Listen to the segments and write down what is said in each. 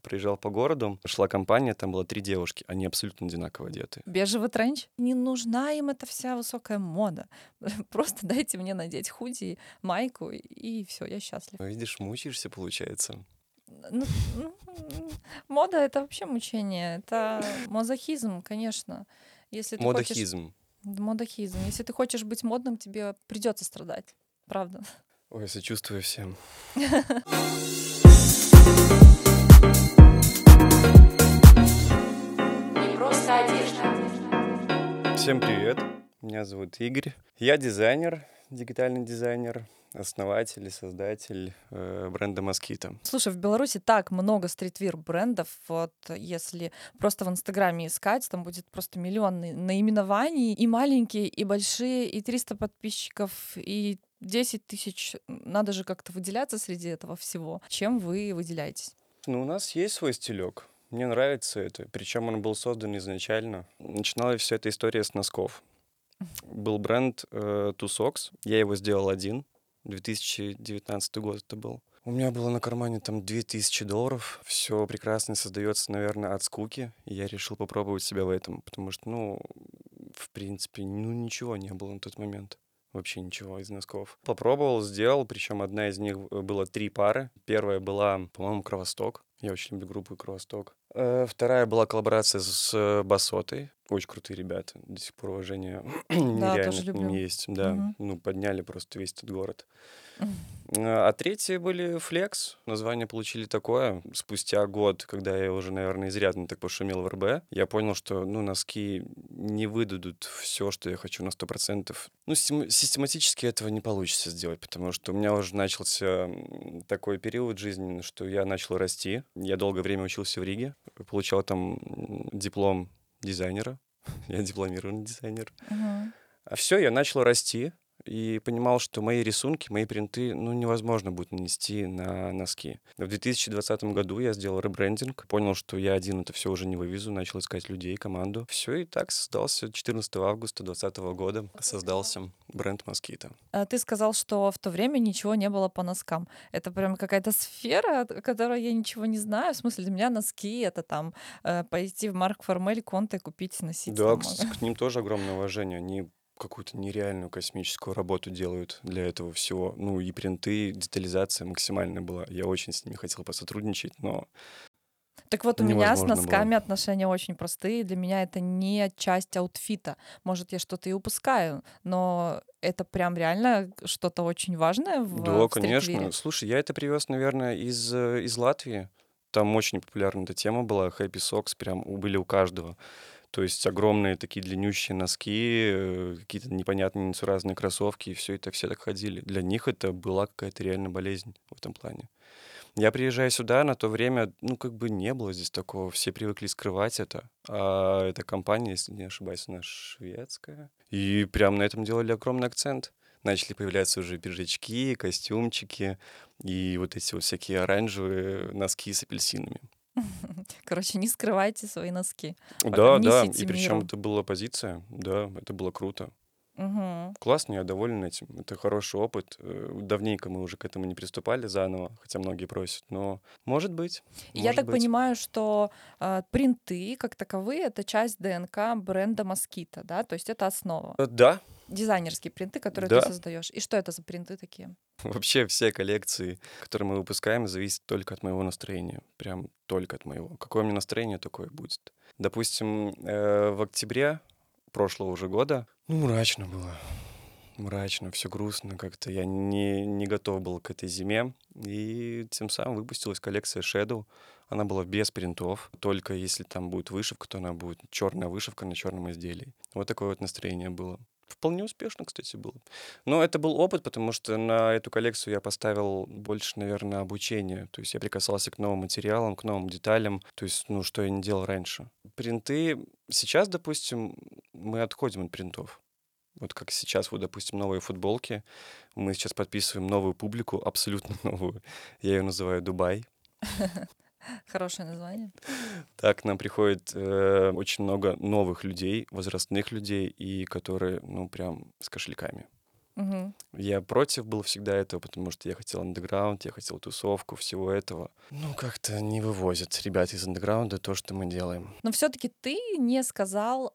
проезжал по городу, шла компания, там было 3 девушки, они абсолютно одинаково одеты. Бежевый тренч? Не нужна им эта вся высокая мода. Просто дайте мне надеть худи, майку, и все, я счастлив. Ну, видишь, мучаешься, получается. Мода — это вообще мучение. Это мазохизм, конечно. Если ты хочешь... Модахизм. Модохизм. Если ты хочешь быть модным, тебе придется страдать. Правда. Ой, сочувствую всем. Не просто одежда. Всем привет, меня зовут Игорь. Я дизайнер, дигитальный дизайнер, основатель и создатель бренда Mosquito. Слушай, в Беларуси так много стритвир-брендов. Вот если просто в Инстаграме искать, там будет просто миллион наименований. И маленькие, и большие, и 300 подписчиков, и 10 тысяч. Надо же как-то выделяться среди этого всего. Чем вы выделяетесь? Ну, у нас есть свой стилек. Мне нравится это. Причем он был создан изначально. Начиналась вся эта история с носков. Был бренд Two Socks. Я его сделал один. 2019 год это был. У меня было на кармане там $2000. Все прекрасно создается, наверное, от скуки. И я решил попробовать себя в этом, потому что, в принципе, ничего не было на тот момент. Вообще ничего из носков. Попробовал, сделал, причем одна из них было 3 пары. Первая была, по-моему, Кровосток. Я очень люблю группу Кровосток. Вторая была коллаборация с Басотой. Очень крутые ребята. До сих пор уважение Да, нереально тоже к ним люблю. есть. Да, Мгм. подняли просто весь этот город. А третьи были Flex. Название получили такое. Спустя год, когда я уже, наверное, изрядно так пошумел в РБ, я понял, что, носки не выдадут все, что я хочу на 100%. Систематически этого не получится сделать, потому что у меня уже начался такой период жизни, что я начал расти. Я долгое время учился в Риге, получал там диплом дизайнера. Я дипломированный дизайнер. Мгм. А все, я начал расти и понимал, что мои рисунки, мои принты, невозможно будет нанести на носки. В 2020 году я сделал ребрендинг, понял, что я один это все уже не вывезу, начал искать людей, команду. Все, и так создался 14 августа 2020 года, создался бренд Mosquito. Ты сказал, что в то время ничего не было по носкам. Это прям какая-то сфера, о которой я ничего не знаю. В смысле, для меня носки — это там пойти в Марк Формель, Конте купить, носить Да, там. к ним тоже огромное уважение. Они какую-то нереальную космическую работу делают для этого всего. И принты, детализация максимальная была. Я очень с ними хотел посотрудничать, но Так вот, у меня с невозможно было. носками отношения очень простые. Для меня это не часть аутфита. Может, я что-то и упускаю, но это прям реально что-то очень важное Да, в конечно. стритвире. Слушай, я это привез, наверное, из Латвии. Там очень популярна эта тема была. Happy Socks прям были у каждого. То есть огромные такие длиннющие носки, какие-то непонятные несуразные кроссовки, и все так ходили. Для них это была какая-то реально болезнь в этом плане. Я приезжаю сюда, на то время, как бы не было здесь такого. Все привыкли скрывать это. А эта компания, если не ошибаюсь, она шведская. И прям на этом делали огромный акцент. Начали появляться уже пиджачки, костюмчики и вот эти вот всякие оранжевые носки с апельсинами. Короче, не скрывайте свои носки. Да, да, и Несите причем миру. это была позиция, да, это было круто. Мгм. Классно, я доволен этим. Это хороший опыт. Давненько мы уже к этому не приступали заново, хотя многие просят, но может быть, И я может так быть. понимаю, что принты как таковые — это часть ДНК бренда Mosquito, да? То есть это основа. Да, Дизайнерские принты, которые ты да. создаешь. И что это за принты такие? Вообще все коллекции, которые мы выпускаем, зависят только от моего настроения. Прям только от моего. Какое у меня настроение, такое будет. Допустим, в октябре прошлого уже года, мрачно было. Мрачно, все грустно как-то. Я не готов был к этой зиме. И тем самым выпустилась коллекция Shadow. Она была без принтов. Только если там будет вышивка, то она будет черная вышивка на черном изделии. Вот такое вот настроение было. Вполне успешно, кстати, было. Но это был опыт, потому что на эту коллекцию я поставил больше, наверное, обучения. То есть я прикасался к новым материалам, к новым деталям. То есть, что я не делал раньше. Принты... Сейчас, допустим, мы отходим от принтов. Вот как сейчас, вот, допустим, новые футболки. Мы сейчас подписываем новую публику, абсолютно новую. Я ее называю Дубай. Хорошее название. Так, к нам приходит очень много новых людей, возрастных людей, и которые, прям с кошельками. Мгм. Я против был всегда этого, потому что я хотел андеграунд, я хотел тусовку, всего этого. Ну, как-то не вывозят ребята из андеграунда то, что мы делаем. Но все-таки ты не сказал,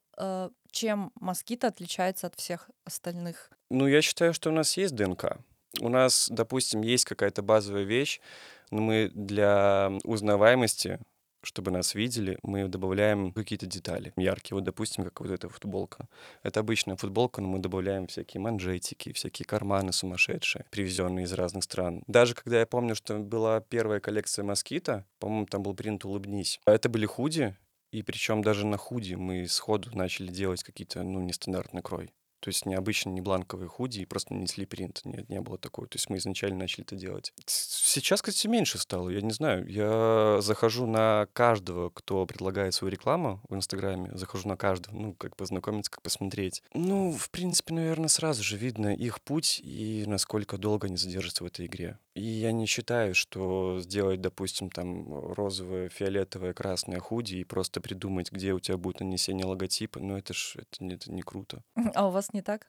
чем москита отличается от всех остальных. Ну, я считаю, что у нас есть ДНК. У нас, допустим, есть какая-то базовая вещь, но мы для узнаваемости, чтобы нас видели, мы добавляем какие-то детали яркие. Вот, допустим, как вот эта футболка. Это обычная футболка, но мы добавляем всякие манжетики, всякие карманы сумасшедшие, привезенные из разных стран. Даже когда я помню, что была первая коллекция москита, по-моему, там был принт «Улыбнись». А это были худи, и причем даже на худи мы сходу начали делать какие-то, ну, нестандартный крой. То есть необычно, не бланковые худи, и просто нанесли принт. Нет, не было такого. То есть мы изначально начали это делать. Сейчас, кстати, меньше стало, я не знаю. Я захожу на каждого, кто предлагает свою рекламу в Инстаграме. Захожу на каждого, ну, как познакомиться, как посмотреть. Ну, в принципе, наверное, сразу же видно их путь и насколько долго они задержатся в этой игре. И я не считаю, что сделать, допустим, там розовое, фиолетовое, красное худи и просто придумать, где у тебя будет нанесение логотипа, ну это не круто. А у вас не так?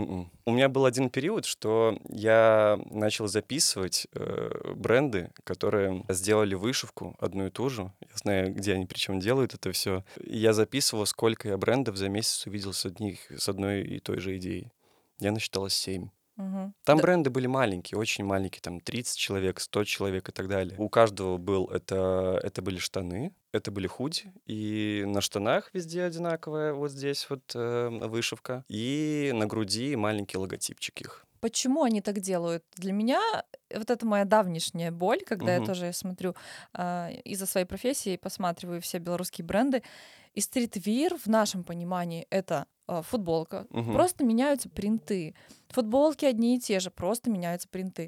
У меня был один период, что я начал записывать бренды, которые сделали вышивку одну и ту же. Я знаю, где они причем делают это все. Я записывал, сколько я брендов за месяц увидел с одной и той же идеей. Я насчитал 7. Мгм. Там Да. бренды были маленькие, очень маленькие, там 30 человек, 100 человек и так далее. У каждого был это были штаны, это были худи, и на штанах везде одинаковая вот здесь вот вышивка, и на груди маленький логотипчик их. Почему они так делают? Для меня вот это моя давнишняя боль, когда я Мгм. тоже смотрю из-за своей профессии, посматриваю все белорусские бренды. И стритвир в нашем понимании это футболка. Мгм. Просто меняются принты. Футболки одни и те же, просто меняются принты.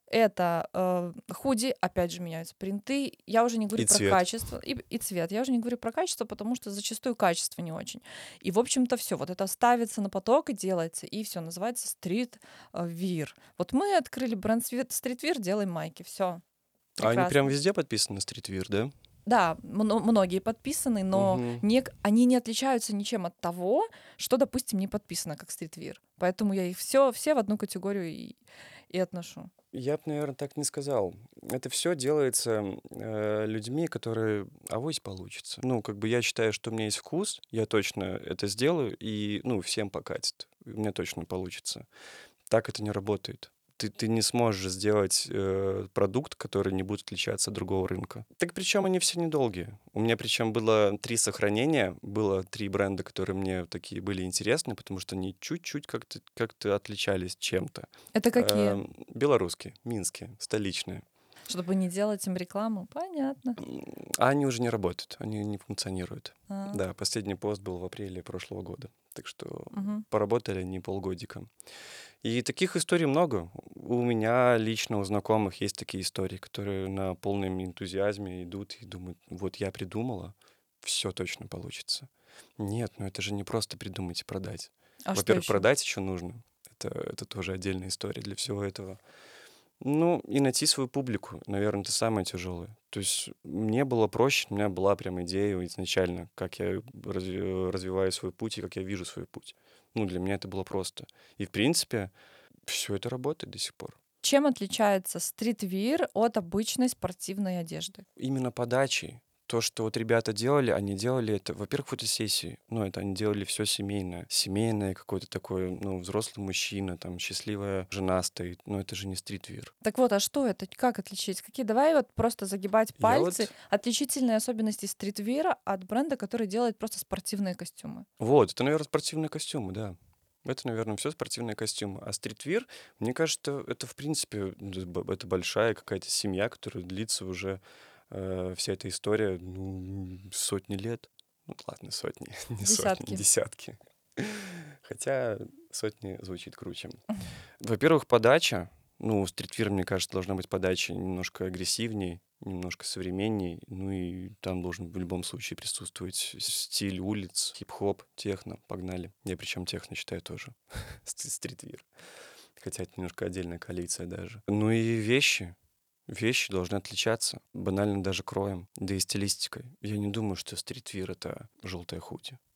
Это худи, опять же, меняются принты. Я уже не говорю И про цвет. качество и цвет. Я уже не говорю про качество, потому что зачастую качество не очень. И, в общем-то, все. Вот это ставится на поток и делается, и все называется стрит-вир. Вот мы открыли бренд стритвир, делаем майки. Все. А они прям Прекрасно. везде подписаны на стритвир, да? Да, многие подписаны, но Мгм. они не отличаются ничем от того, что, допустим, не подписано как стритвир. Поэтому я их все в одну категорию и отношу. Я бы, наверное, так не сказал. Это все делается людьми, которые авось получится. Ну, как бы я считаю, что у меня есть вкус, я точно это сделаю, и, ну, всем покатит. У меня точно получится. Так это не работает. Ты не сможешь сделать продукт, который не будет отличаться от другого рынка. Так причем они все недолгие. У меня причем было 3 сохранения, было 3 бренда, которые мне такие были интересны, потому что они чуть-чуть как-то отличались чем-то. Это какие? Белорусские, минские, столичные. Чтобы не делать им рекламу? Понятно. А они уже не работают, они не функционируют. А, Да, последний пост был в апреле прошлого года. Так что мгм. поработали они полгодика. И таких историй много. У меня лично, у знакомых есть такие истории, которые на полном энтузиазме идут и думают, вот я придумала, все точно получится. Нет, ну это же не просто придумать и продать. А что Во-первых, еще? продать еще нужно. Это тоже отдельная история для всего этого. Ну, и найти свою публику, наверное, это самое тяжелое. То есть мне было проще, у меня была прям идея изначально, как я развиваю свой путь и как я вижу свой путь. Ну, для меня это было просто. И, в принципе, все это работает до сих пор. Чем отличается стритвир от обычной спортивной одежды? Именно подачей. То, что вот ребята делали, они делали это, во-первых, фотосессии. Ну, это они делали все семейное. Семейное какой-то такой, ну, взрослый мужчина, там, счастливая жена стоит. Но это же не стритвир. Так вот, а что это? Как отличить? Какие? Давай вот просто загибать Я пальцы. вот Отличительные особенности стритвира от бренда, который делает просто спортивные костюмы. Вот, это, наверное, спортивные костюмы, да. Это, наверное, все спортивные костюмы. А стритвир, мне кажется, это, в принципе, это большая какая-то семья, которая длится уже, вся эта история, ну, сотни лет. Ну, ладно, сотни, не сотни, Десятки. десятки. Хотя сотни звучит круче. Во-первых, подача. Ну, стритвир, мне кажется, должна быть подача немножко агрессивнее, немножко современней. Ну и там должен в любом случае присутствовать стиль улиц, хип-хоп, техно. Погнали. Я причем техно считаю тоже стритвир. Хотя это немножко отдельная коалиция даже. Ну и вещи. Вещи должны отличаться. Банально даже кроем, да и стилистикой. Я не думаю, что стритвир — это желтая худи.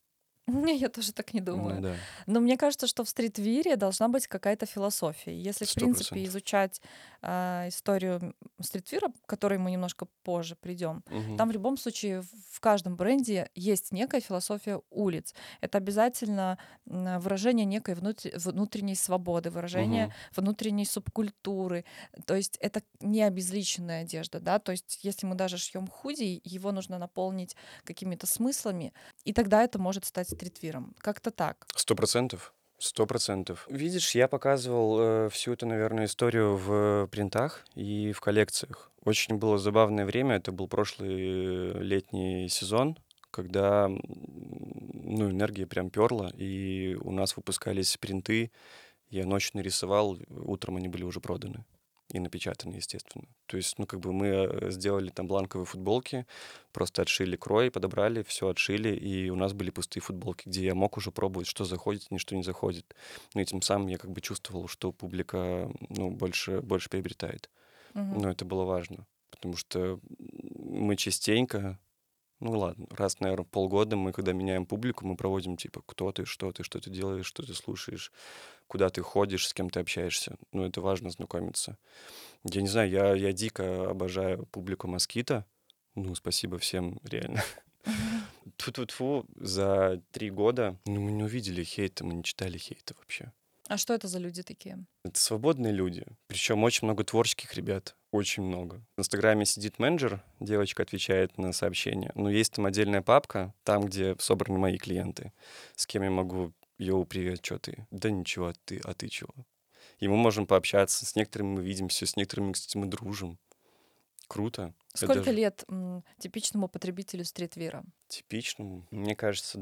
Не, я тоже так не Ну думаю. да, Но мне кажется, что в стритвире должна быть какая-то философия. Если, в принципе, 100%. изучать историю стритвира, к которой мы немножко позже придем, Мгм. там в любом случае в каждом бренде есть некая философия улиц. Это обязательно выражение некой внутренней свободы, выражение Мгм. внутренней субкультуры. То есть это не обезличенная одежда, да. То есть если мы даже шьем худи, его нужно наполнить какими-то смыслами, и тогда это может стать стритвиром. Как-то так. 100%. 100%. Видишь, я показывал всю эту, наверное, историю в принтах и в коллекциях. Очень было забавное время. Это был прошлый летний сезон, когда ну, энергия прям перла, и у нас выпускались принты. Я ночью нарисовал, утром они были уже проданы и напечатаны, естественно. То есть, ну, как бы мы сделали там бланковые футболки, просто отшили крой, подобрали, все отшили, и у нас были пустые футболки, где я мог уже пробовать, что заходит, что не заходит. Ну, и тем самым я как бы чувствовал, что публика, ну, больше приобретает. Мгм. Но это было важно, потому что мы частенько, ну ладно, раз, наверное, в полгода мы, когда меняем публику, мы проводим, типа, кто ты, что ты делаешь, что ты слушаешь, куда ты ходишь, с кем ты общаешься. Ну, это важно знакомиться. Я не знаю, я дико обожаю публику Москита. Ну, спасибо всем, реально. Мгм. Тьфу-тьфу-тьфу, за 3 года, ну, мы не увидели хейта, мы не читали хейта вообще. А что это за люди такие? Это свободные люди, причем очень много творческих ребят, очень много. В Инстаграме сидит менеджер, девочка отвечает на сообщения. Но есть там отдельная папка, там, где собраны мои клиенты, с кем я могу: «Йоу, привет, чё ты?» «Да ничего, а ты чего?» И мы можем пообщаться. С некоторыми мы видимся, с некоторыми, кстати, мы дружим. Круто. Я Сколько даже лет типичному потребителю стритвира? типичному, мне кажется,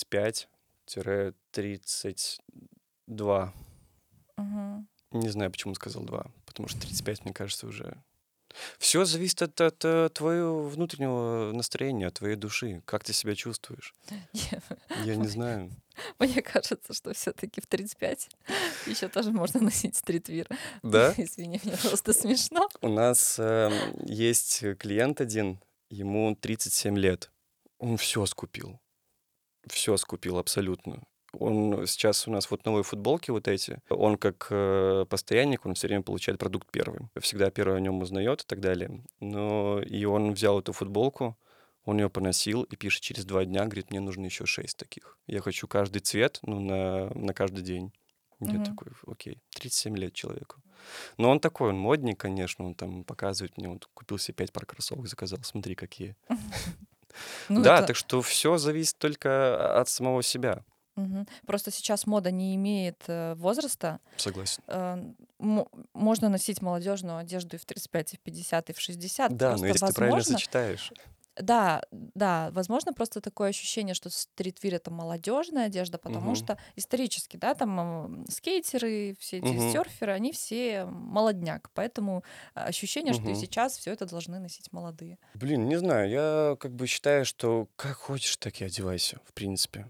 25-32. Мгм. Не знаю, почему сказал 2, потому что 35, мне кажется, уже... Все зависит от твоего внутреннего настроения, от твоей души. Как ты себя чувствуешь? Я не знаю. Мне кажется, что все-таки в 35 еще тоже можно носить стритвир. Да? Извини, мне просто смешно. У нас есть клиент один, ему 37 лет. Он все скупил. Все скупил абсолютно. Он сейчас у нас вот новые футболки вот эти. Он как постоянник, он все время получает продукт первым. Всегда первый о нем узнает и так далее. Но и он взял эту футболку, он ее поносил и пишет через 2 дня, говорит, мне нужно еще 6 таких. Я хочу каждый цвет, ну, на каждый день. Я Мгм. такой, окей, 37 лет человеку. Но он такой, он модник, конечно, он там показывает мне, вот купил себе 5 пар кроссовок, заказал, смотри, какие. Ну, Да, это так что все зависит только от самого себя. просто сейчас мода не имеет возраста. Согласен. Э, Можно носить молодежную одежду и в 35, и в 50, и в 60. Да, но Просто если ты правильно возможно, сочетаешь. да, да, возможно, просто такое ощущение, что стритвир — это молодежная одежда, потому Мгм. что исторически, да, там скейтеры, все эти Мгм. серферы, они все молодняк, поэтому ощущение, что и Мгм. сейчас все это должны носить молодые. Блин, не знаю, я как бы считаю, что как хочешь, так и одевайся, в принципе.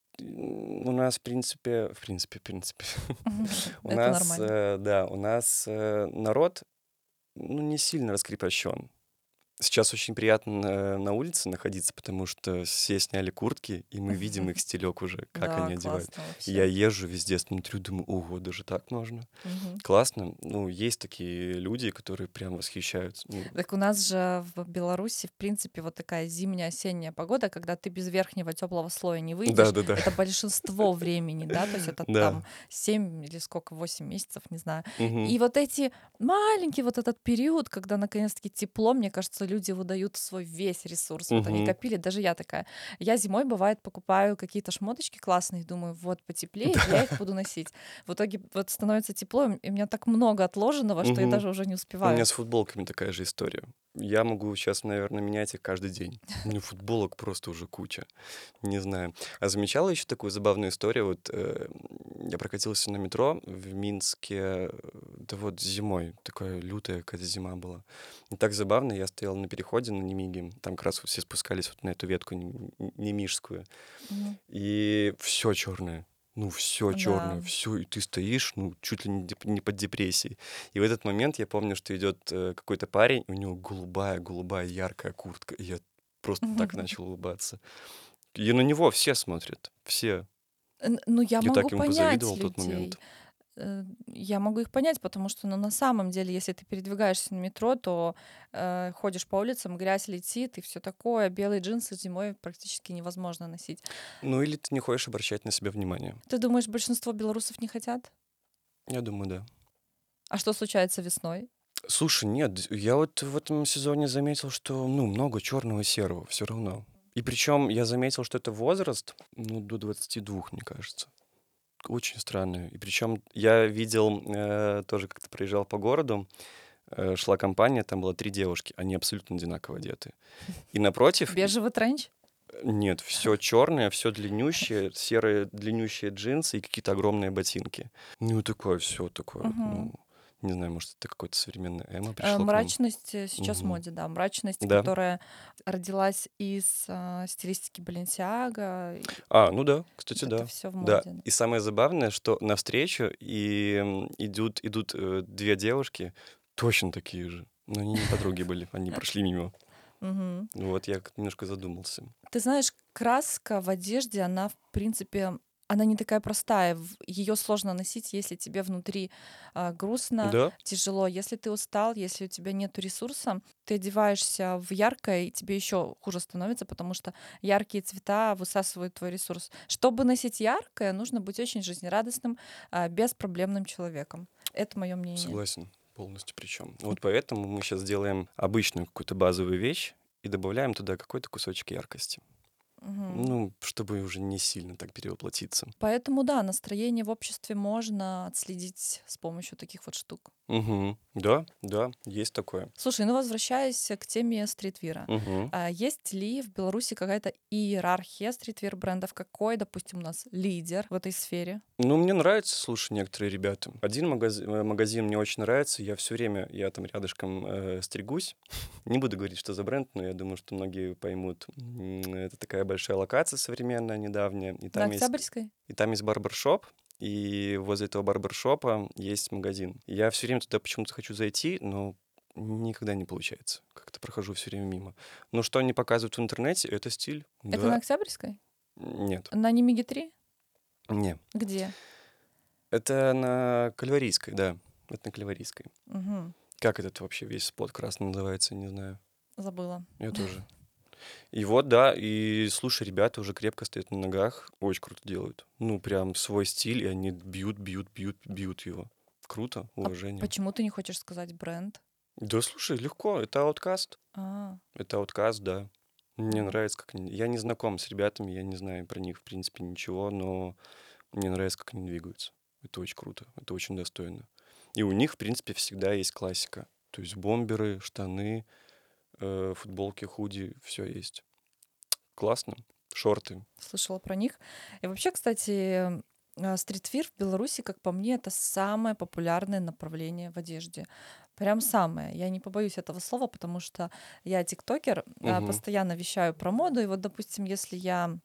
У нас, в принципе, у Это нас, нормально. да, у нас народ, ну, не сильно раскрепощен. Сейчас очень приятно на улице находиться, потому что все сняли куртки, и мы видим их стилек уже, как Да, они одевают. классно И я вообще. езжу везде, смотрю, думаю, ого, даже так можно. Мгм. Классно. Ну, есть такие люди, которые прям восхищаются. Ну, Так у нас же в Беларуси, в принципе, вот такая зимняя-осенняя погода, когда ты без верхнего теплого слоя не выйдешь, да-да-да. это большинство времени, да, то есть это там Да. 7 или сколько, 8 месяцев, не знаю. Мгм. И вот эти маленький вот этот период, когда наконец-таки тепло, мне кажется, люди выдают свой весь ресурс. Вот они Мгм. копили, даже я такая. Я зимой, бывает, покупаю какие-то шмоточки классные, думаю, вот потеплеет, я Да. их буду носить. В итоге вот становится тепло, и у меня так много отложенного, что я Мгм. даже уже не У меня успеваю. с футболками такая же история. Я могу сейчас, наверное, менять их каждый день. У меня футболок просто уже куча. Не знаю. А замечала еще такую забавную историю? Вот я прокатился на метро в Минске, да вот зимой, такая лютая какая-то зима была. И так забавно, я стоял на переходе на Немиге, там как раз вот все спускались вот на эту ветку Немишскую, Мгм. и все черное. Ну, все Да. черное, все, и ты стоишь, ну, чуть ли не под депрессией. И в этот момент я помню, что идет какой-то парень, у него голубая, яркая куртка, и я просто так начал улыбаться. И на него все смотрят, все. Ну, я Я могу так ему понять позавидовал в тот людей. момент. Я могу их понять, потому что, ну, на самом деле, если ты передвигаешься на метро, то ходишь по улицам, грязь летит и все такое. Белые джинсы зимой практически невозможно носить. Ну или ты не хочешь обращать на себя внимание. Ты думаешь, большинство белорусов не хотят? Я думаю, да. А что случается весной? Слушай, нет, я вот в этом сезоне заметил, что, ну, много черного и серого все равно. И причем я заметил, что это возраст, ну, до 22, мне кажется. Очень странно. И причем я видел, тоже как-то проезжал по городу, шла компания, там было 3 девушки, они абсолютно одинаково одеты. И напротив, Бежевый тренч? нет, все черное, все длиннющее, серые длиннющие джинсы и какие-то огромные ботинки. Ну, такое все такое, Мгм. ну, не знаю, может, это какое-то современное эмо пришло к нам. Мрачность сейчас в Мгм. моде, да. Мрачность, Да. которая родилась из стилистики Баленсиага. Ну да, кстати, Вот это да. все в Да. моде. И самое забавное, что навстречу идут 2 девушки, точно такие же. Но они не подруги были, они прошли мимо. Мгм. Вот я как-то немножко задумался. Ты знаешь, краска в одежде, она, в принципе, она не такая простая. Ее сложно носить, если тебе внутри грустно, Да, тяжело. Если ты устал, если у тебя нет ресурса, ты одеваешься в яркое, и тебе еще хуже становится, потому что яркие цвета высасывают твой ресурс. Чтобы носить яркое, нужно быть очень жизнерадостным, беспроблемным человеком. Это мое мнение. согласен полностью причем. Вот поэтому мы сейчас делаем обычную какую-то базовую вещь и добавляем туда какой-то кусочек яркости. Мгм. Ну, чтобы уже не сильно так перевоплотиться. Поэтому да, настроение в обществе можно отследить с помощью таких вот штук. Мгм. Да, да, есть такое. Слушай, ну возвращаясь к теме стритвира. Мгм. Есть ли в Беларуси какая-то иерархия стритвир-брендов? Какой, допустим, у нас лидер в этой сфере? Ну, мне нравится, слушай, некоторые ребята. Один магазин мне очень нравится. Я там рядышком стригусь. Не буду говорить, что за бренд, но я думаю, что многие поймут. Это такая большая локация современная, недавняя. На Октябрьской? И там есть барбершоп. И возле этого барбершопа есть магазин. Я все время туда почему-то хочу зайти, но никогда не получается. Как-то прохожу все время мимо. Но что они показывают в интернете, это стиль. Это на Да. Октябрьской? Нет. На Немиге 3? Не. Где? Это на Кальварийской, да. Это на Кальварийской. Мгм. Как этот вообще весь спот красный называется, не знаю. Забыла. Я тоже. И вот, да, и слушай, ребята уже крепко стоят на ногах, очень круто делают. Ну, прям свой стиль, и они бьют его. Круто, А уважение. почему ты не хочешь сказать бренд? Да, слушай, легко, это Outkast. А, Это Outkast, да. Мне мгм. нравится, как они... Я не знаком с ребятами, я не знаю про них, в принципе, ничего, но мне нравится, как они двигаются. Это очень круто, это очень достойно. И у них, в принципе, всегда есть классика. То есть бомберы, штаны, футболки, худи, все есть. Классно. Шорты. Слышала про них. И вообще, кстати, стритвир в Беларуси, как по мне, это самое популярное направление в одежде. Прям самое. Я не побоюсь этого слова, потому что я тиктокер, Мгм. постоянно вещаю про моду. И вот, допустим, если я,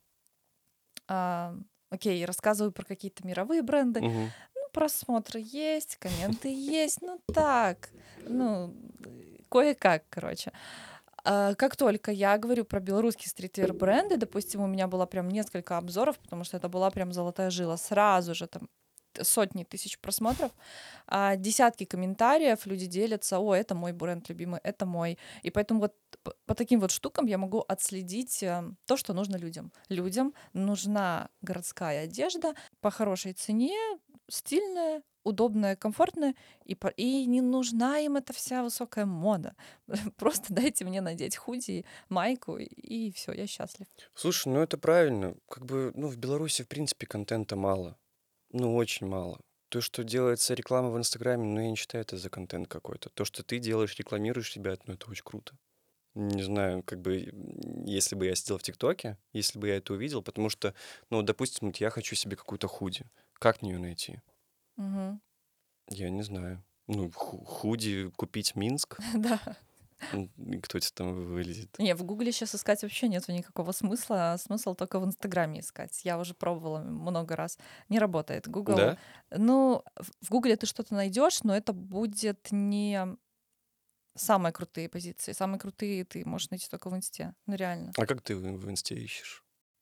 окей, рассказываю про какие-то мировые бренды, Мгм. ну, просмотры есть, комменты есть, ну так, ну, кое-как, короче. Как только я говорю про белорусские стритвер-бренды, допустим, у меня было прям несколько обзоров, потому что это была прям золотая жила, сразу же там сотни тысяч просмотров, десятки комментариев, люди делятся, о, это мой бренд любимый, это мой. И поэтому вот по таким вот штукам я могу отследить то, что нужно людям. Людям нужна городская одежда по хорошей цене, стильная, удобная, комфортная, и не нужна им эта вся высокая мода. Просто дайте мне надеть худи, майку, и все, я счастлив. Слушай, ну это правильно. Как бы, ну, в Беларуси, в принципе, контента мало. Ну, очень мало. То, что делается реклама в Инстаграме, ну, я не считаю это за контент какой-то. То, что ты делаешь, рекламируешь ребят, ну, это очень круто. Не знаю, как бы, если бы я сидел в ТикТоке, если бы я это увидел, потому что, ну, допустим, вот я хочу себе какую-то худи. Как мне ее найти? Мгм. Я не знаю. Ну, худи купить Минск, Да. и кто тебе там вылезет. Не, в Гугле сейчас искать вообще нету никакого смысла. Смысл только в Инстаграме искать. Я уже пробовала много раз. Не работает. Google. Да? Ну, в Гугле ты что-то найдешь, но это будет не самые крутые позиции. Самые крутые ты можешь найти только в Инсте. Ну, реально. А как ты в Инсте ищешь?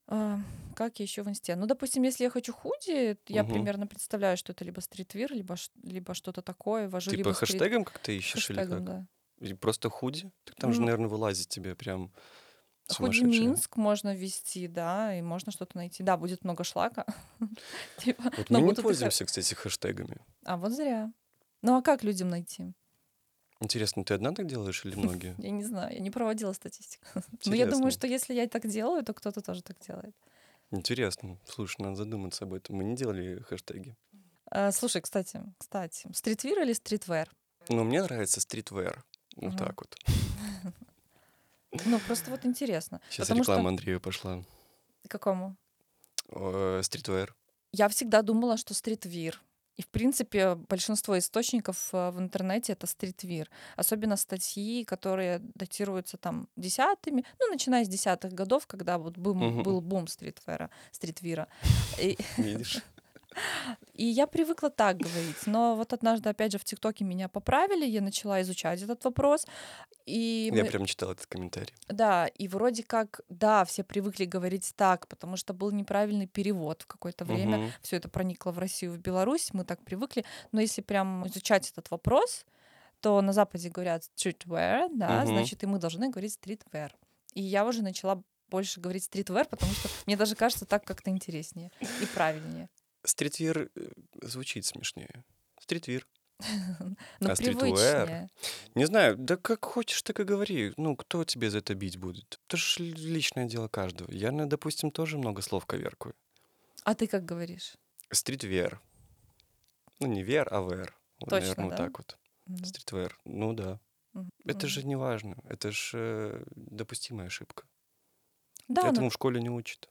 А, Как я еще в инсте? Ну, допустим, если я хочу худи, я Мгм. примерно представляю, что это либо стритвир, либо что-то такое. Ввожу Ты по либо стрит хэштегам как-то ищешь или хэштегом, как? да. Или просто худи? Так там же, Ну, наверное, вылазит тебе прям худи сумасшедшее. Минск можно ввести, да, и можно что-то найти. Да, будет много шлака, типа, Вот мы но не будут и пользуемся, кстати, хэштегами. А вот зря. Ну, а как людям найти? Интересно, ты одна так делаешь или многие? Я не знаю, я не проводила статистику. Но я думаю, Интересно. что если я так делаю, то кто-то тоже так делает. Интересно. Слушай, надо задуматься об этом. Мы не делали хэштеги. Слушай, кстати, стритвир или стритвер? Но мне нравится стритвер. Вот Мгм. так вот. Ну, просто вот интересно, Сейчас потому что реклама Андрея пошла. какому? Стритвер. Я всегда думала, что стритвир. И, в принципе, большинство источников в интернете — это стритвир. Особенно статьи, которые датируются там десятыми, ну, начиная с десятых годов, когда вот Мгм. был бум стритвира. И, Видишь? и я привыкла так говорить. Но вот однажды, опять же, в ТикТоке меня поправили, я начала изучать этот вопрос. И Я мы прям читал этот комментарий. Да, и вроде как, да, все привыкли говорить так, потому что был неправильный перевод в какое-то время. Мгм. Все это проникло в Россию, в Беларусь, мы так привыкли. Но если прям изучать этот вопрос, то на Западе говорят streetwear, да, Мгм. значит, и мы должны говорить streetwear. И я уже начала больше говорить streetwear, потому что мне даже кажется так как-то интереснее и правильнее. Стритвир звучит смешнее. Стритвир. Но А стритвер? привычнее. Не знаю, да как хочешь, так и говори. Ну, кто тебе за это бить будет? Это ж личное дело каждого. Я, допустим, тоже много слов коверкую. А ты как говоришь? Стритвер. Ну, не вер, а вер. Вот, Точно, наверное, вот да? так вот. Мгм. Стритвер. Ну да. Мгм. Это же Мгм. не важно. Это же допустимая ошибка. Да, но Этому в школе не учат.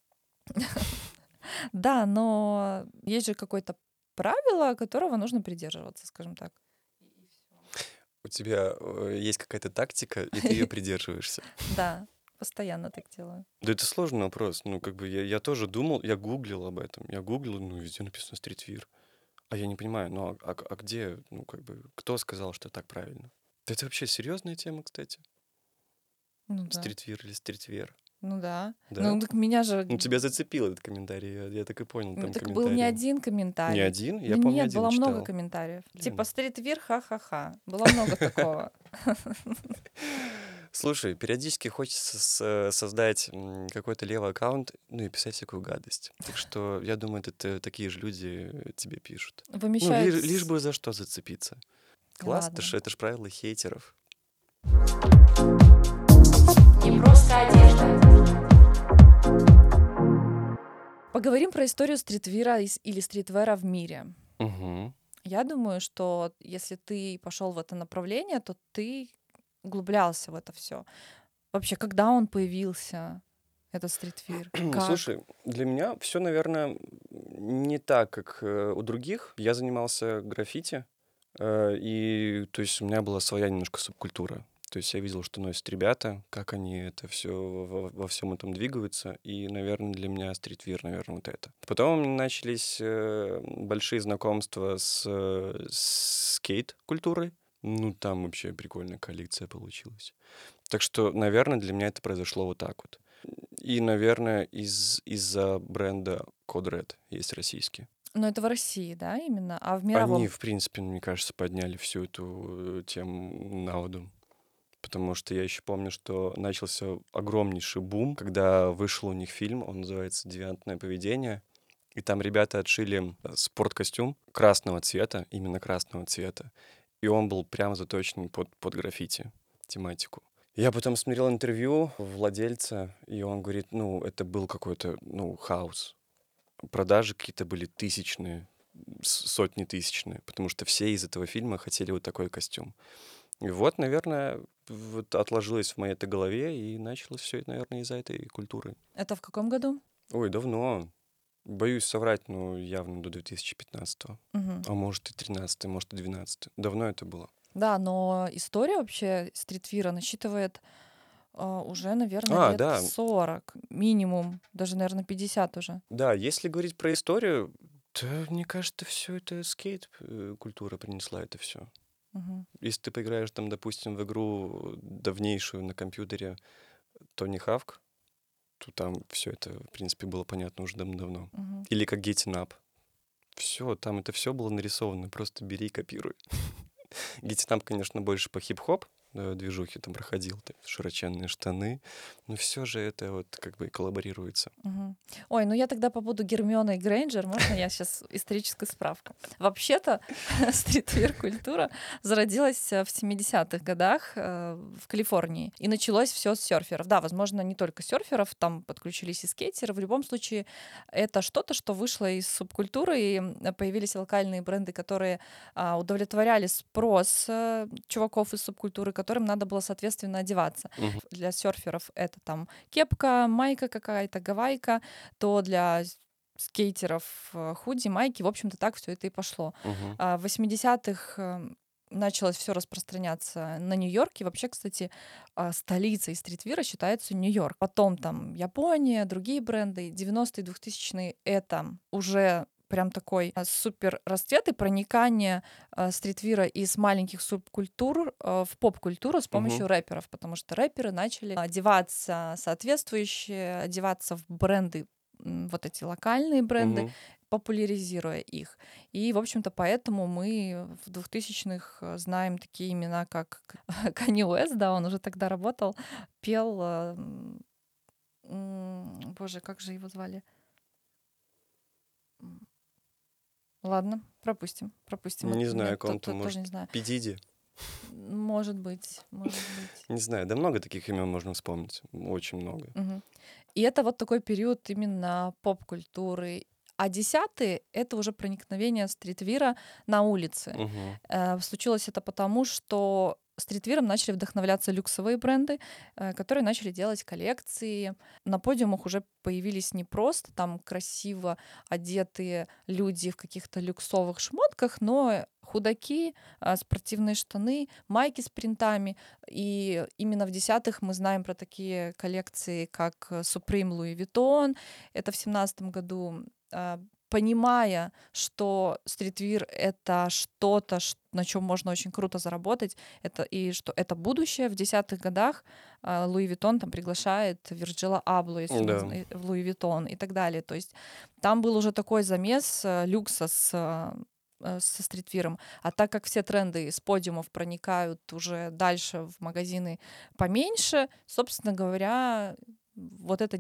Да, но есть же какое-то правило, которого нужно придерживаться, скажем так. У тебя есть какая-то тактика, и ты ее придерживаешься. Да, постоянно так делаю. Да это сложный вопрос. Ну, как бы я тоже думал, я гуглил об этом. Я гуглил, ну, везде написано стритвир. А я не понимаю, ну, а где, ну, как бы, кто сказал, что так правильно? Да это вообще серьезная тема, кстати. Ну да, Стритвир или стритвер, ну да. да? Ну так меня же... Ну, тебя зацепил этот комментарий, я так и понял, там Так был не комментарии. один Не комментарий. один? Я, Да помню, нет, один было много читал. комментариев. Типа Блин. стритвир, ха-ха-ха. Было много такого. Слушай, периодически хочется создать какой-то левый аккаунт, ну и писать всякую гадость. Так что я думаю, это такие же люди тебе пишут. Ну, Вымещают... лишь бы за что зацепиться. Класс, Ладно. это ж правило хейтеров. Не просто одежда. Поговорим про историю стритвира или стритвера в мире. Угу. Я думаю, что если ты пошел в это направление, то ты углублялся в это все. Вообще, когда он появился, этот стритвир? Как? Слушай, для меня все, наверное, не так, как у других. Я занимался граффити, и то есть у меня была своя немножко субкультура. То есть я видел, что носят ребята, как они это все во всем этом двигаются, и, наверное, для меня стритвир, наверное, вот это. Потом у меня начались большие знакомства с скейт-культурой. Ну, там вообще прикольная коллекция получилась. Так что, наверное, для меня это произошло вот так вот. И, наверное, из-за бренда Code Red есть российский. Ну, это в России, да, именно? А в Они, мировом? в принципе, мне кажется, подняли всю эту тему на воду. Потому что я еще помню, что начался огромнейший бум, когда вышел у них фильм, он называется «Девиантное поведение». И там ребята отшили спорткостюм красного цвета, именно красного цвета. И он был прям заточен под граффити тематику. Я потом смотрел интервью владельца, и он говорит, ну, это был какой-то, ну, хаос. Продажи какие-то были тысячные, сотни тысячные, потому что все из этого фильма хотели вот такой костюм. И вот, наверное, вот отложилось в моей этой голове, и началось все это, наверное, из-за этой культуры. Это в каком году? Ой, давно. Боюсь соврать, но явно до 2015-го. Мгм. А может и 13-й, может и 12-й. Давно это было. Да, но история вообще стритвира насчитывает уже, наверное, А, лет да, 40 минимум, даже, наверное, 50 уже. да, если говорить про историю, то, мне кажется, все это скейт-культура принесла это все. Мгм. Если ты поиграешь там, допустим, в игру давнейшую на компьютере Тони Хавк, то там все это, в принципе, было понятно уже давно. Мгм. Или как Getting Up. Все, там это все было нарисовано, просто бери и копируй. Getting Up, конечно, больше по хип-хоп движухе там проходил, так, широченные штаны, но все же это вот как бы коллаборируется. Мгм. Ой, ну я тогда побуду Гермионой Грейнджер. Можно я сейчас историческую справку? Вообще-то стритвир-культура зародилась в 70-х годах в Калифорнии. И началось все с серферов. Да, возможно, не только серферов, там подключились и скейтеры. В любом случае, это что-то, что вышло из субкультуры, и появились локальные бренды, которые удовлетворяли спрос чуваков из субкультуры, которым надо было, соответственно, одеваться. Мгм. Для серферов это там кепка, майка какая-то, гавайка, то для скейтеров худи, майки, в общем-то, так все это и пошло. Мгм. В 80-х началось все распространяться на Нью-Йорк. И вообще, кстати, столицей стритвира считается Нью-Йорк. Потом там Япония, другие бренды. 90-е, 2000-е — это уже прям такой супер расцвет и проникание стритвира из маленьких субкультур в поп-культуру с помощью Мгм. рэперов, потому что рэперы начали одеваться соответствующе, одеваться в бренды, вот эти локальные бренды, Мгм. популяризируя их. И, в общем-то, поэтому мы в 2000-х знаем такие имена, как Kanye West, да, он уже тогда работал, пел, боже, как же его звали? М, Ладно, пропустим. Не Вот знаю, мне о ком-то, тоже может, не знаю. Пи Может быть, может быть. Не знаю, да много таких имен можно вспомнить, очень много. Мгм. И это вот такой период именно поп-культуры. А 10-е — это уже проникновение стритвира на улице. Мгм. Случилось это потому, что стритвиром начали вдохновляться люксовые бренды, которые начали делать коллекции. На подиумах уже появились не просто там красиво одетые люди в каких-то люксовых шмотках, но худаки, спортивные штаны, майки с принтами. И именно в 10-х мы знаем про такие коллекции, как Supreme Louis Vuitton. Это в 17-м году, понимая, что стритвир — это что-то, на чем можно очень круто заработать, это, и что это будущее. В 10-х годах Луи Виттон там приглашает Вирджила Абло, если мы Да. в Луи Виттон и так далее. То есть там был уже такой замес люкса со стритвиром. А так как все тренды с подиумов проникают уже дальше в магазины поменьше, собственно говоря, вот это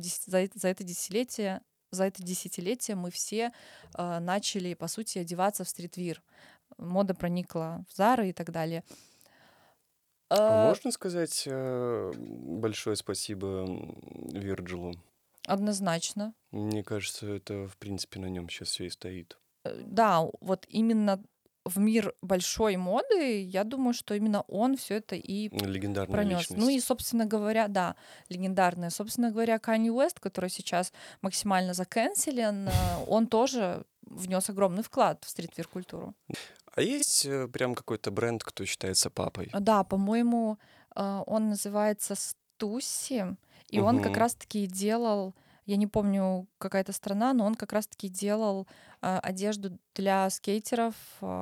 за это десятилетие мы все начали, по сути, одеваться в стритвир. Мода проникла в Зары и так далее. А Э, можно сказать большое спасибо Вирджилу? Однозначно. Мне кажется, это, в принципе, на нем сейчас все и стоит. Да, вот именно в мир большой моды, я думаю, что именно он все это и Легендарная пронес. Ну и, личность. собственно говоря, да, легендарная. Собственно говоря, Kanye West, который сейчас максимально заканцелен, он тоже внес огромный вклад в стритвир-культуру. А есть прям какой-то бренд, кто считается папой? Да, по-моему, он называется Стусси, и он как Угу. раз-таки делал, я не помню, какая-то страна, но он как раз-таки делал одежду для скейтеров,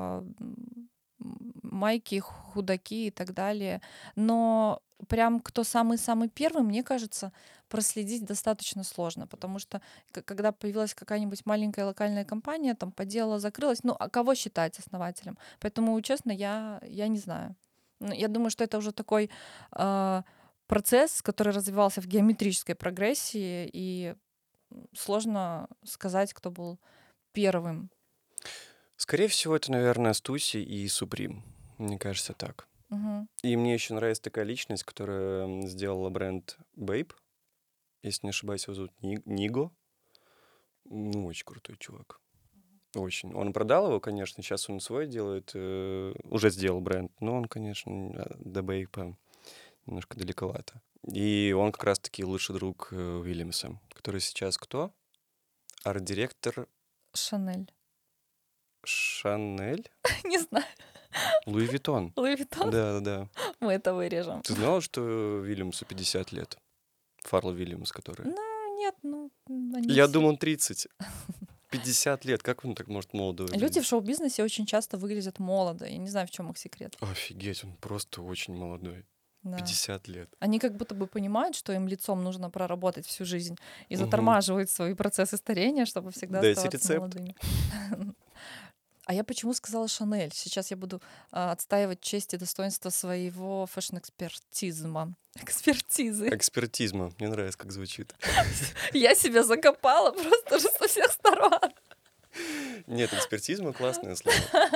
майки, худаки и так далее. Но прям кто самый-самый первый, мне кажется, проследить достаточно сложно, потому что когда появилась какая-нибудь маленькая локальная компания, там поделала, закрылась, ну, а кого считать основателем? Поэтому, честно, я не знаю. Ну, я думаю, что это уже такой процесс, который развивался в геометрической прогрессии, и сложно сказать, кто был первым. Скорее всего, это, наверное, Стуси и Суприм. Мне кажется, так. Мгм. И мне еще нравится такая личность, которая сделала бренд Babe. Если не ошибаюсь, его зовут Ниго. Ну, очень крутой чувак. Очень. Он продал его, конечно, сейчас он свой делает, уже сделал бренд, но он, конечно, до Бейпа немножко далековато. И он как раз-таки лучший друг Уильямса, который сейчас кто? Арт-директор Шанель. Шанель? Не знаю. Луи Виттон. Луи Виттон? Да. Мы это вырежем. Ты знала, что Уильямсу 50 лет? Фаррелл Уильямс, который. Ну, нет, они Я все... думал, 30. 50 лет. Как он так может молодо Люди в выглядеть? шоу-бизнесе очень часто выглядят молодо. Я не знаю, в чем их секрет. Офигеть, он просто очень молодой. Да. 50 лет. Они как будто бы понимают, что им лицом нужно проработать всю жизнь и Мгм. затормаживают свои процессы старения, чтобы всегда Дайте оставаться рецепт. молодыми. А я почему сказала Шанель? Сейчас я буду отстаивать честь и достоинство своего фэшн-экспертизма. Экспертизы. Экспертизма. Мне нравится, как звучит. Я себя закопала просто уже со всех сторон. Нет, экспертизма — классное слово.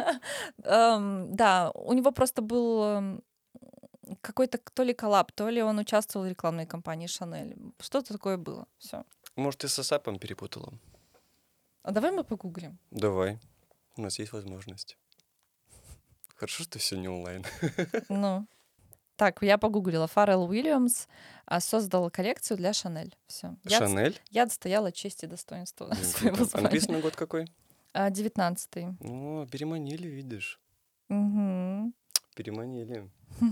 Да, у него просто был какой-то то ли коллаб, то ли он участвовал в рекламной кампании Шанель. Что-то такое было. Все. Может, ты с Асапом перепутала? А давай мы погуглим. Давай. У нас есть возможность. Хорошо, что все не онлайн. Ну, так, я погуглила. Фаррелл Уильямс создал коллекцию для Шанель. Все. Шанель? Я отстояла честь и достоинство Блин, своего круто. А звания. написано год какой? 19-й. О, переманили, видишь. Мгм. Переманили.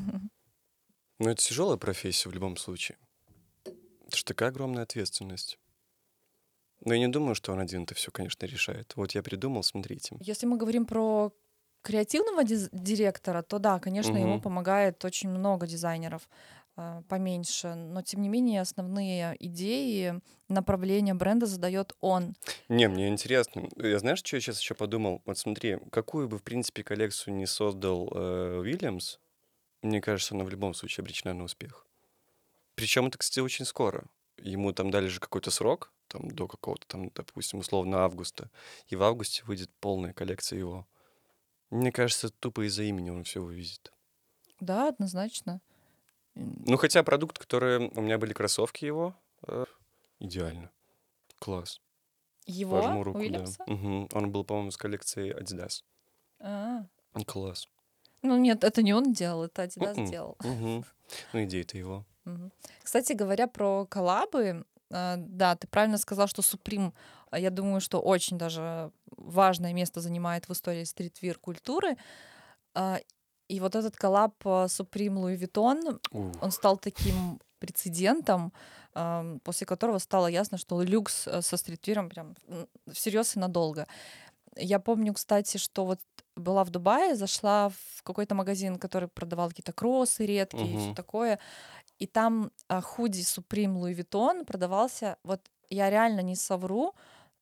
Но это тяжелая профессия в любом случае. Это же такая огромная ответственность. Но я не думаю, что он один это все, конечно, решает. Вот я придумал, смотрите. Если мы говорим про креативного директора, то да, конечно, ему Мгм. помогает очень много дизайнеров поменьше, но тем не менее основные идеи, направления бренда задает он. Не, мне интересно. Я знаешь, что я сейчас еще подумал? Вот смотри, какую бы, в принципе, коллекцию не создал Уильямс, мне кажется, она в любом случае обречена на успех. Причем это, кстати, очень скоро. Ему там дали же какой-то срок, там до какого-то там, допустим, условно августа. И в августе выйдет полная коллекция его. Мне кажется, тупо из-за имени он все вывезет. Да, однозначно. Ну, хотя продукт, которые... У меня были кроссовки его. Идеально. Класс. Его, Пожму руку, да. Уильямса? Мгм. Он был, по-моему, с коллекцией Adidas. А. Класс. Ну нет, это не он делал, это Adidas Мгм. делал. Мгм. Ну, идея-то его. Мгм. Кстати говоря, про коллабы, да, ты правильно сказал, что Supreme, я думаю, что очень даже важное место занимает в истории стритвир культуры. А, И вот этот коллаб Supreme Louis Vuitton, он Ух. стал таким прецедентом, после которого стало ясно, что люкс со стритвиром прям всерьез и надолго. Я помню, кстати, что вот была в Дубае, зашла в какой-то магазин, который продавал какие-то кроссы редкие и все Мгм. такое. И там худи Supreme Louis Vuitton продавался, вот я реально не совру,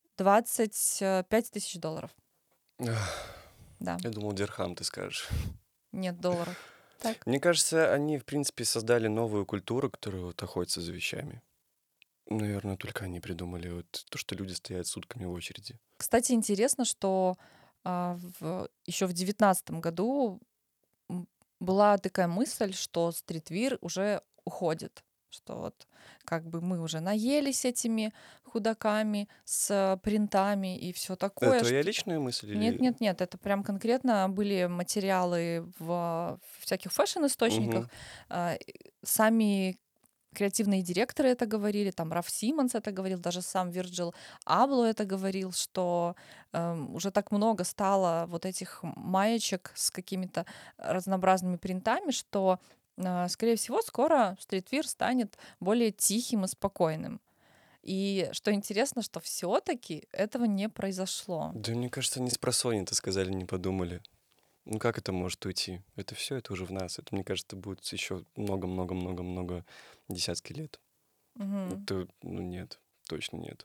25 тысяч долларов. Ах, Да, Я думал, дирхам ты скажешь. нет долларов. Так. Мне кажется, они, в принципе, создали новую культуру, которая вот охотится за вещами. Наверное, только они придумали вот то, что люди стоят сутками в очереди. Кстати, интересно, что еще в 19 году была такая мысль, что стритвир уже уходит, что вот как бы мы уже наелись этими худаками с принтами и все Это такое. твоя личная мысль Нет, или... нет, нет, это прям конкретно были материалы в всяких фэшн-источниках. Мгм. Сами креативные директоры это говорили, там Раф Симмонс это говорил, даже сам Вирджил Абло это говорил, что уже так много стало вот этих маечек с какими-то разнообразными принтами, что, скорее всего, скоро стритвир станет более тихим и спокойным. И что интересно, что все-таки этого не произошло. Да мне кажется, они с просонья это сказали, не подумали. Ну как это может уйти? Это все, это уже в нас. Это, мне кажется, будет еще много-много-много-много десятки лет. Мгм. Это, ну нет, точно нет.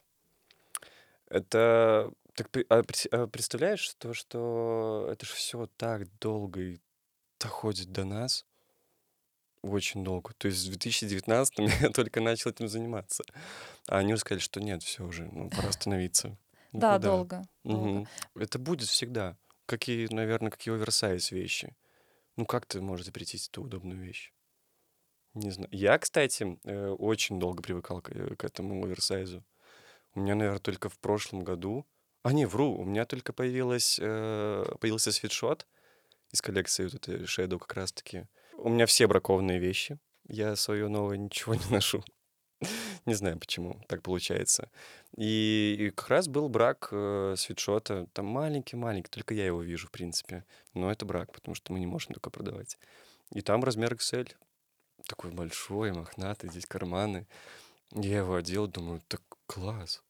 Это... Так, представляешь, то, что это же все так долго и доходит до нас? Очень долго. То есть в 2019 я только начал этим заниматься. А они уже сказали, что нет, все уже, ну, пора остановиться. Да, Никуда. долго, долго. Мгм. Это будет всегда. Как и, наверное, как и оверсайз вещи. Ну, как ты можешь запретить эту удобную вещь? Не знаю. Я, кстати, очень долго привыкал к этому оверсайзу. У меня, наверное, только в прошлом году... А, не, вру. У меня только появился свитшот из коллекции вот этой Shadow как раз-таки. У меня все бракованные вещи. Я свое новое ничего не ношу. Не знаю, почему так получается. И как раз был брак свитшота. Там маленький-маленький, только я его вижу, в принципе. Но это брак, потому что мы не можем такое продавать. И там размер XL. Такой большой, мохнатый, здесь карманы. Я его одел, думаю, так класс.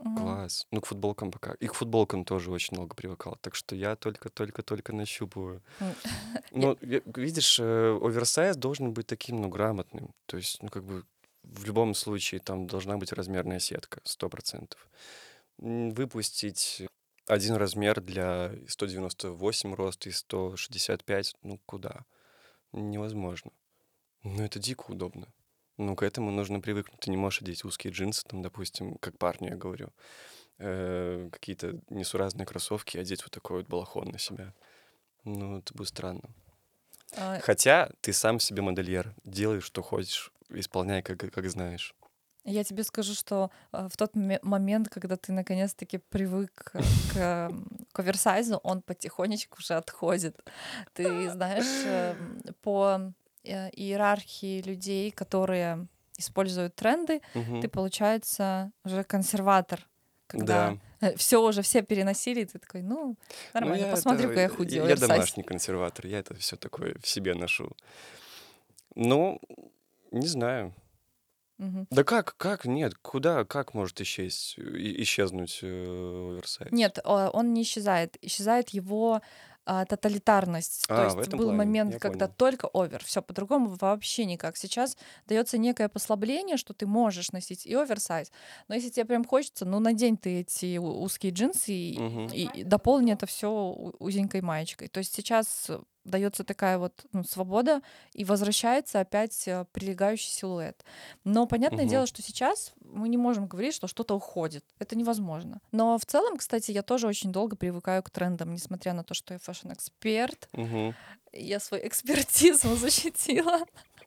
Мгм. Класс. Ну, к футболкам пока. И к футболкам тоже очень много привыкал. Так что я только-только-только нащупываю. М. Я Ну, видишь, оверсайз должен быть таким, ну, грамотным. То есть, ну, как бы в любом случае там должна быть размерная сетка, 100%. Выпустить один размер для 198 рост и 165, ну, куда? Невозможно. Ну, это дико удобно. Ну, к этому нужно привыкнуть. Ты не можешь одеть узкие джинсы, там, допустим, как парню я говорю, какие-то несуразные кроссовки и одеть вот такой вот балахон на себя. Ну, это будет странно. а, Хотя ты сам себе модельер. Делай, что хочешь, исполняй, как знаешь. я тебе скажу, что в тот момент, когда ты наконец-таки привык к оверсайзу, он потихонечку уже отходит. Ты знаешь, по иерархии людей, которые используют тренды, ты, Мгм. получается, уже консерватор, когда Да. все переносили, и ты такой, ну, Ну, нормально, посмотрю-ка я худи я оверсайз. домашний консерватор, я это все такое в себе ношу. Ну, не знаю. Мгм. Да как, нет, куда, как может исчезнуть оверсайз? Нет, он не исчезает. Исчезает его тоталитарность. То В есть этом был плане, момент, я когда понял. только овер, все по-другому вообще никак. Сейчас дается некое послабление, что ты можешь носить и оверсайз, но если тебе прям хочется, ну надень ты эти узкие джинсы Мгм. и дополни это все узенькой маечкой. То есть сейчас дается такая вот свобода и возвращается опять прилегающий силуэт. Но понятное Мгм. дело, что сейчас мы не можем говорить, что что-то уходит. Это невозможно. Но в целом, кстати, я тоже очень долго привыкаю к трендам, несмотря на то, что я фэшн-эксперт. Мгм. Я свою экспертизу защитила.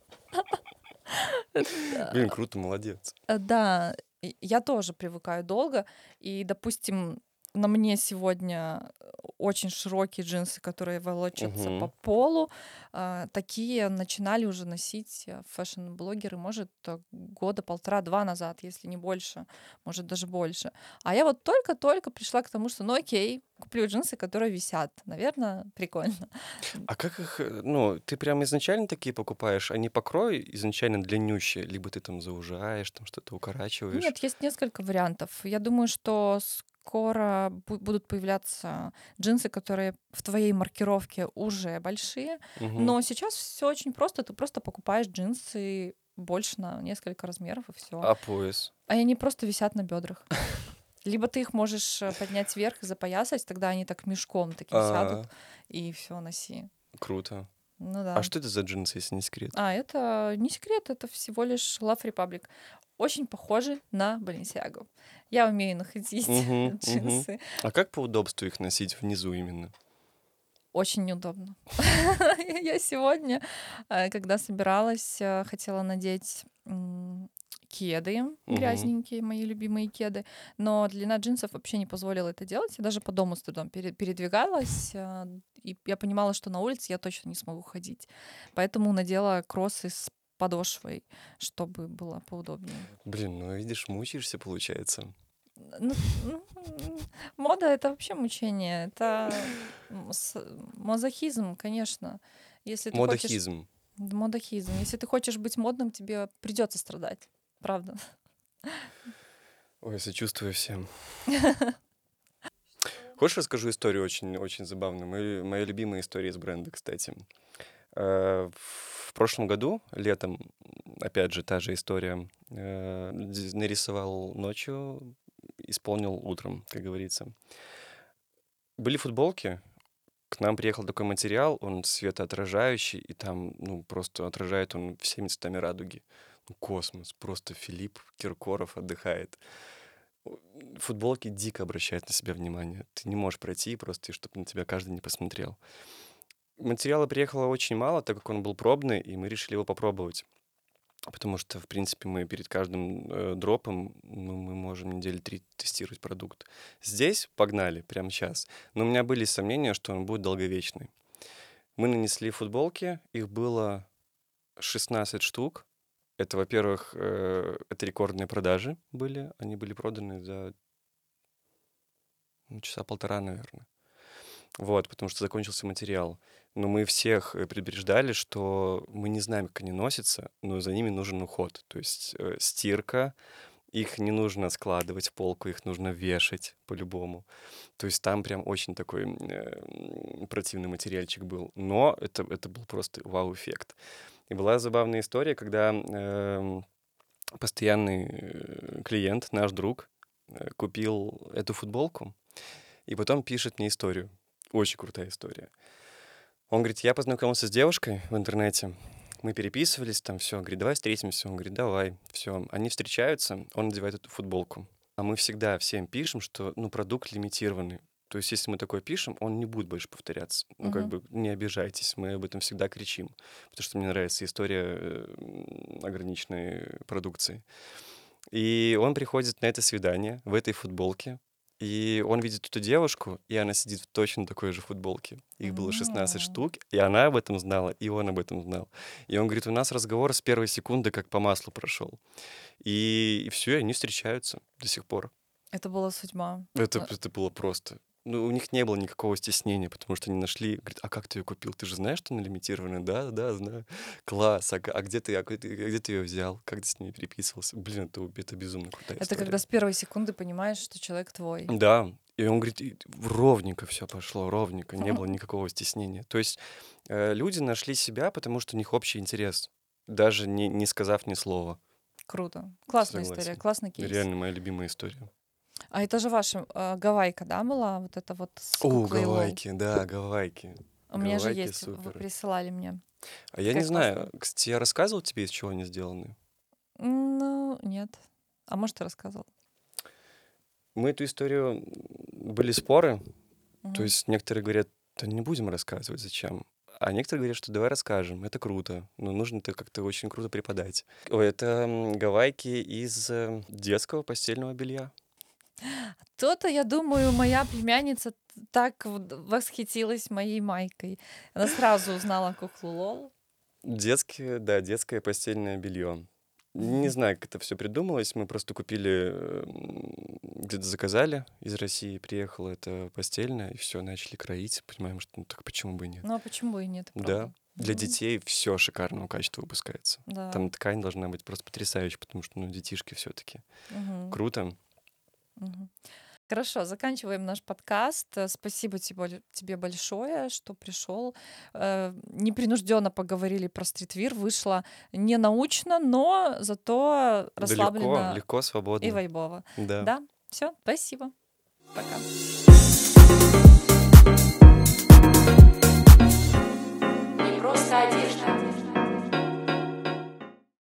Блин, Да, круто, молодец. да, я тоже привыкаю долго. И, допустим, на мне сегодня очень широкие джинсы, которые волочатся по Мгм. полу. Такие начинали уже носить фэшн-блогеры, может, года полтора-два назад, если не больше, может, даже больше. А я вот только-только пришла к тому, что, ну окей, куплю джинсы, которые висят. Наверное, прикольно. А как их, ну, ты прям изначально такие покупаешь, а не покрой изначально длиннющие, либо ты там заужаешь, там что-то укорачиваешь? Нет, есть несколько вариантов. Я думаю, что скоро будут появляться джинсы, которые в твоей маркировке уже большие. Мгм. Но сейчас все очень просто. Ты просто покупаешь джинсы больше на несколько размеров и все. А пояс? А они просто висят на бедрах. Либо ты их можешь поднять вверх и запоясать, тогда они так мешком таким А, сядут, и все, носи. круто. Ну А да. что это за джинсы, если не секрет? Это не секрет, это всего лишь Love Republic. Очень похожи на Balenciaga. Я умею находить Мгм, мгм. джинсы. А как по удобству их носить внизу именно? Очень неудобно. Я сегодня, когда собиралась, хотела надеть кеды Мгм. грязненькие, мои любимые кеды, но длина джинсов вообще не позволила это делать. Я даже по дому с трудом передвигалась, и я понимала, что на улице я точно не смогу ходить. Поэтому надела кроссы с подошвой, чтобы было поудобнее. Блин, ну видишь, мучаешься, получается. Мода — это вообще мучение. Это мазохизм, конечно. Если ты хочешь Модахизм. модохизм. Если ты хочешь быть модным, тебе придется страдать. Правда. Ой, сочувствую всем. Хочешь, расскажу историю очень забавную? Моя любимая история из бренда, кстати. В прошлом году, летом, опять же, та же история. Нарисовал ночью, исполнил утром, как говорится. Были футболки, к нам приехал такой материал, он светоотражающий, и там, ну, просто отражает он всеми цветами радуги. Ну, космос, просто Филипп Киркоров отдыхает. О, Футболки дико обращают на себя внимание. Ты не можешь пройти просто, чтобы на тебя каждый не посмотрел. Материала приехало очень мало, так как он был пробный, и мы решили его попробовать. Потому что, в принципе, мы перед каждым дропом мы можем недели 3 тестировать продукт. Здесь погнали, прямо сейчас. Но у меня были сомнения, что он будет долговечный. Мы нанесли футболки, их было 16 штук. Это, во-первых, это рекордные продажи были. Они были проданы за часа полтора, наверное. Вот, потому что закончился материал. Но мы всех предупреждали, что мы не знаем, как они носятся, но за ними нужен уход. То есть стирка, Их не нужно складывать в полку, их нужно вешать по-любому. То есть там прям очень такой противный материальчик был. Но это был просто вау-эффект. И была забавная история, когда постоянный клиент, наш друг, купил эту футболку и потом пишет мне историю. Очень крутая история. Он говорит, я познакомился с девушкой в интернете, мы переписывались, там все, говорит, давай встретимся. Он говорит, давай, все. Они встречаются, он надевает эту футболку. А мы всегда всем пишем, что, продукт лимитированный. То есть, если мы такое пишем, он не будет больше повторяться. Как бы не обижайтесь, мы об этом всегда кричим. Потому что мне нравится история ограниченной продукции. И он приходит на это свидание в этой футболке, и он видит эту девушку, и она сидит в точно такой же футболке. Их было 16 штук, и она об этом знала, и он об этом знал. И он говорит, у нас разговор с первой секунды как по маслу прошел. И все, и они встречаются до сих пор. Это была судьба. Это было просто... у них не было никакого стеснения, потому что они нашли, говорит, а как ты ее купил? Ты же знаешь, что она лимитированная? Да, знаю. Класс, где ты ее взял? Как ты с ней переписывался? Блин, это безумно крутая Это история. когда с первой секунды понимаешь, что человек твой. Да, и он говорит, ровненько все пошло, ровненько, не было никакого стеснения. То есть люди нашли себя, потому что у них общий интерес, даже не сказав ни слова. Круто. Классная Согласен. история, классный кейс. Реально моя любимая история. А это же ваша гавайка, да, была? Вот это вот с О, куклой Лол? гавайки, да, гавайки. У меня же Гавайки есть, вы супер. присылали мне. А я Какая не знаю, классная. кстати, я рассказывал тебе, из чего они сделаны? Ну, нет. А может, ты рассказывал? Мы эту историю... Были споры, то Мгм. есть некоторые говорят, да не будем рассказывать, зачем? А некоторые говорят, что давай расскажем, это круто, но нужно это как-то очень круто преподать. Ой, это гавайки из детского постельного белья. То-то, я думаю, моя племянница так восхитилась моей майкой. Она сразу узнала куклу Лол. Детское постельное белье. Не знаю, как это все придумалось. Мы просто купили, где-то заказали из России, приехало это постельное, и все, начали кроить. Понимаем, что так почему бы и нет. Ну, а почему бы и нет? Да. правда? Для Мгм. детей все шикарного качества выпускается. Да. Там ткань должна быть просто потрясающей, потому что, детишки все-таки. Мгм. Круто. Мгм. Хорошо, заканчиваем наш подкаст. Спасибо тебе большое, что пришел. Непринужденно поговорили про стритвир. Вышло не научно, но зато Да расслабленно легко, и свободно. вайбово. Да. Да, все, спасибо. Пока.